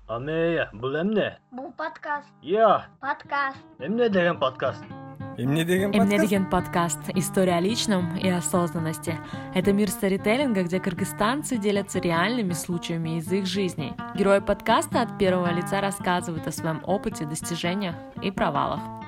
Амея, бұл эмне? Бұл подкаст. Подкаст. Эмне деген подкаст? Эмне деген подкаст. История о личном и осознанности. Это мир сторителлинга, где кыргызстанцы делятся реальными случаями из их жизней. Герои подкаста от первого лица рассказывают о своем опыте, достижениях и провалах.